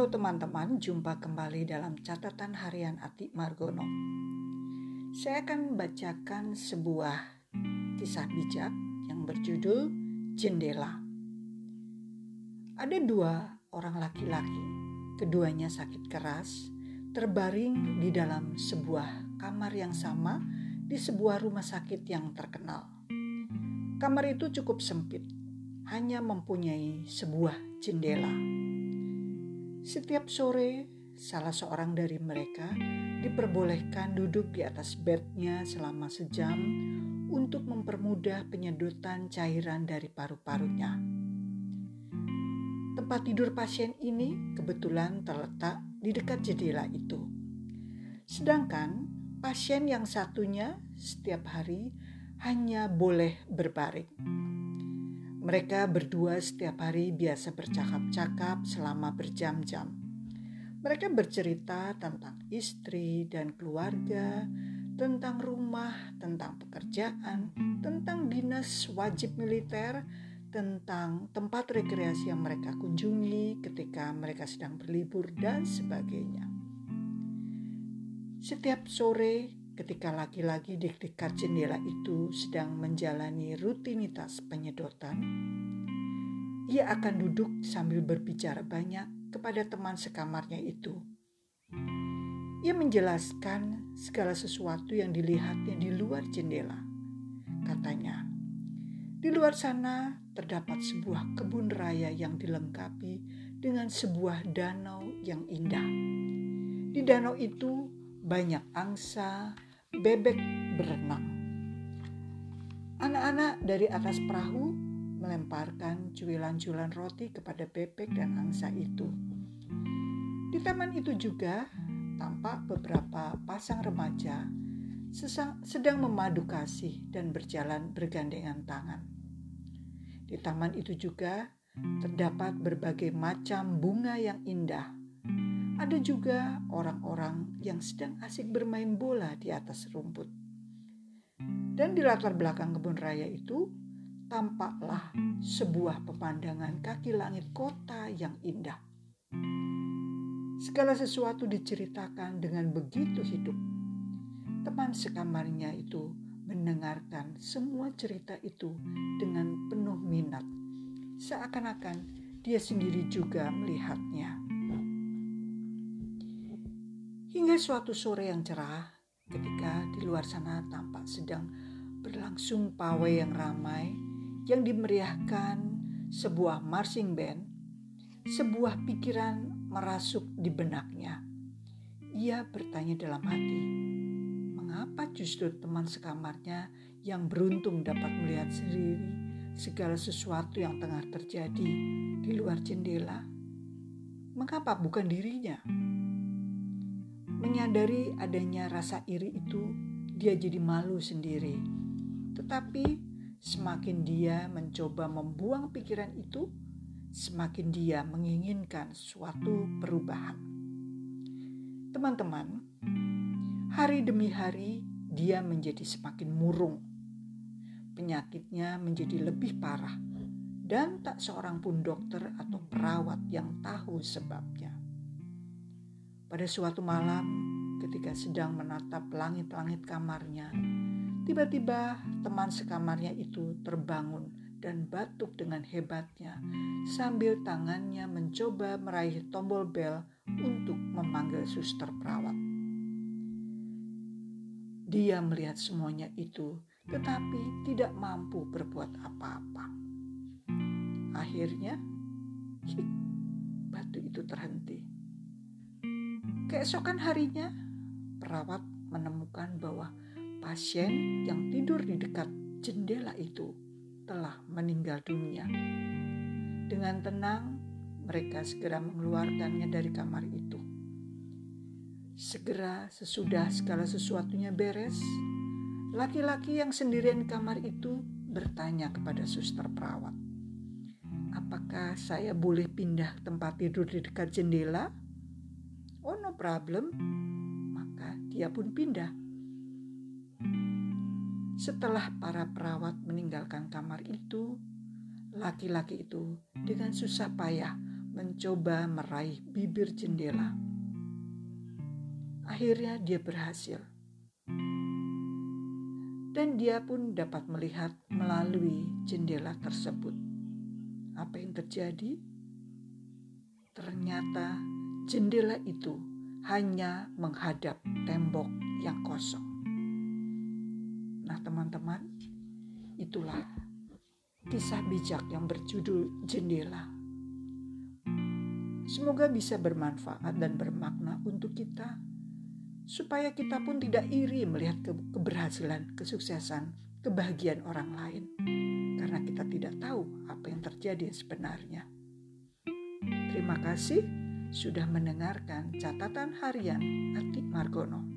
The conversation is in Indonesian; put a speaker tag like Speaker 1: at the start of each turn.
Speaker 1: Halo teman-teman, jumpa kembali dalam catatan harian Ati Margono. Saya akan membacakan sebuah kisah bijak yang berjudul Jendela. Ada dua orang laki-laki, keduanya sakit keras, terbaring di dalam sebuah kamar yang sama di sebuah rumah sakit yang terkenal. Kamar itu cukup sempit, hanya mempunyai sebuah jendela. Setiap sore, salah seorang dari mereka diperbolehkan duduk di atas bednya selama sejam untuk mempermudah penyedotan cairan dari paru-parunya. Tempat tidur pasien ini kebetulan terletak di dekat jendela itu. Sedangkan pasien yang satunya setiap hari hanya boleh berbaring. Mereka berdua setiap hari biasa bercakap-cakap selama berjam-jam. Mereka bercerita tentang istri dan keluarga, tentang rumah, tentang pekerjaan, tentang dinas wajib militer, tentang tempat rekreasi yang mereka kunjungi ketika mereka sedang berlibur, dan sebagainya. Setiap sore, ketika laki-laki di dekat jendela itu sedang menjalani rutinitas penyedotan, ia akan duduk sambil berbicara banyak kepada teman sekamarnya itu. Ia menjelaskan segala sesuatu yang dilihatnya di luar jendela. Katanya, di luar sana terdapat sebuah kebun raya yang dilengkapi dengan sebuah danau yang indah. Di danau itu banyak angsa, bebek berenang. Anak-anak dari atas perahu melemparkan cuilan-cuilan roti kepada bebek dan angsa itu. Di taman itu juga tampak beberapa pasang remaja sedang memadu kasih dan berjalan bergandengan tangan. Di taman itu juga terdapat berbagai macam bunga yang indah. Ada juga orang-orang yang sedang asik bermain bola di atas rumput. Dan di latar belakang kebun raya itu tampaklah sebuah pemandangan kaki langit kota yang indah. Segala sesuatu diceritakan dengan begitu hidup. Teman sekamarnya itu mendengarkan semua cerita itu dengan penuh minat, seakan-akan dia sendiri juga melihatnya. Hingga suatu sore yang cerah, ketika di luar sana tampak sedang berlangsung pawai yang ramai yang dimeriahkan sebuah marching band, sebuah pikiran merasuk di benaknya. Ia bertanya dalam hati, mengapa justru teman sekamarnya yang beruntung dapat melihat sendiri segala sesuatu yang tengah terjadi di luar jendela? Mengapa bukan dirinya? Menyadari adanya rasa iri itu, dia jadi malu sendiri. Tetapi semakin dia mencoba membuang pikiran itu, semakin dia menginginkan suatu perubahan. Teman-teman, hari demi hari dia menjadi semakin murung. Penyakitnya menjadi lebih parah dan tak seorang pun dokter atau perawat yang tahu sebabnya. Pada suatu malam, ketika sedang menatap langit-langit kamarnya, tiba-tiba teman sekamarnya itu terbangun dan batuk dengan hebatnya sambil tangannya mencoba meraih tombol bel untuk memanggil suster perawat. Dia melihat semuanya itu, tetapi tidak mampu berbuat apa-apa. Akhirnya, batuk itu terhenti. Keesokan harinya, perawat menemukan bahwa pasien yang tidur di dekat jendela itu telah meninggal dunia. Dengan tenang, mereka segera mengeluarkannya dari kamar itu. Segera sesudah segala sesuatunya beres, laki-laki yang sendirian di kamar itu bertanya kepada suster perawat, apakah saya boleh pindah tempat tidur di dekat jendela? Oh, no problem. Maka dia pun pindah. Setelah para perawat meninggalkan kamar itu, laki-laki itu dengan susah payah mencoba meraih bibir jendela. Akhirnya dia berhasil. Dan dia pun dapat melihat melalui jendela tersebut. Apa yang terjadi? Ternyata jendela itu hanya menghadap tembok yang kosong. Nah, teman-teman, itulah kisah bijak yang berjudul Jendela. Semoga bisa bermanfaat dan bermakna untuk kita, supaya kita pun tidak iri melihat keberhasilan, kesuksesan, kebahagiaan orang lain, karena kita tidak tahu apa yang terjadi sebenarnya. Terima kasih sudah mendengarkan catatan harian Ati Margono.